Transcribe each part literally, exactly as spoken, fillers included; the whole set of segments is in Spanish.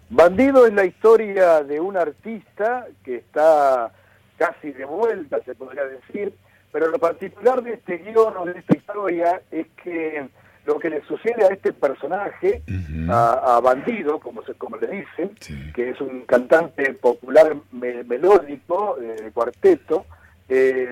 Bandido es la historia de un artista que está casi de vuelta, se podría decir, pero lo particular de este guion o de esta historia es que lo que le sucede a este personaje, uh-huh. a, a Bandido, como se como le dicen, sí. que es un cantante popular me, melódico eh, de cuarteto, eh,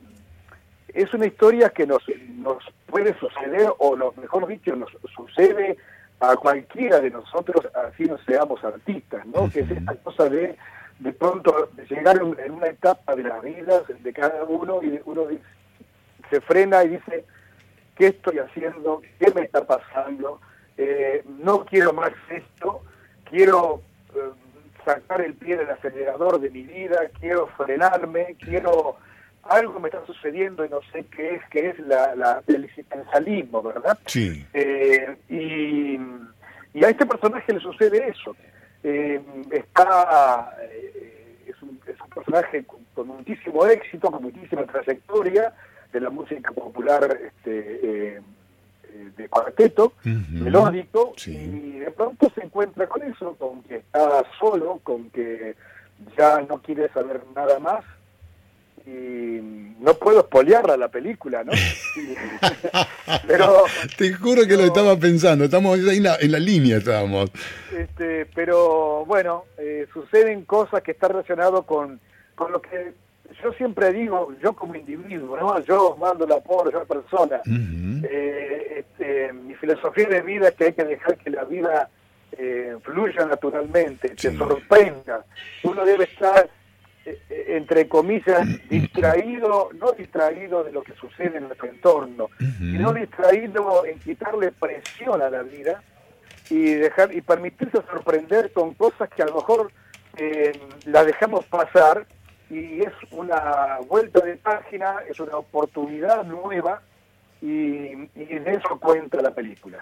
es una historia que nos, nos puede suceder, o lo mejor dicho, nos sucede a cualquiera de nosotros, así no seamos artistas, ¿no? Uh-huh. Que es esta cosa de de pronto de llegar en una etapa de las vidas de cada uno y uno dice, se frena y dice, ¿qué estoy haciendo? ¿Qué me está pasando? Eh, no quiero más esto, quiero eh, sacar el pie del acelerador de mi vida, quiero frenarme, quiero... Algo me está sucediendo y no sé qué es, que es la, la, el existencialismo, ¿verdad? Sí. Eh, y, y a este personaje le sucede eso. Eh, está eh, es, un, es un personaje con, con muchísimo éxito, con muchísima trayectoria de la música popular este, eh, de cuarteto, uh-huh. melódico, sí. y de pronto se encuentra con eso, con que está solo, con que ya no quiere saber nada más, y no puedo espolearla la película, ¿no? pero te juro que pero, lo estaba pensando, estamos ahí en la, en la línea estábamos. Este, pero bueno, eh, suceden cosas que están relacionadas con, con lo que yo siempre digo, yo como individuo, ¿no? Yo mando la por yo persona. Uh-huh. eh, este, mi filosofía de vida es que hay que dejar que la vida eh, fluya naturalmente, sí. te sorprenda. Uno debe estar entre comillas, distraído, no distraído de lo que sucede en nuestro entorno, uh-huh. sino distraído en quitarle presión a la vida y dejar y permitirse sorprender con cosas que a lo mejor eh, las dejamos pasar, y es una vuelta de página, es una oportunidad nueva, y, y de eso cuenta la película.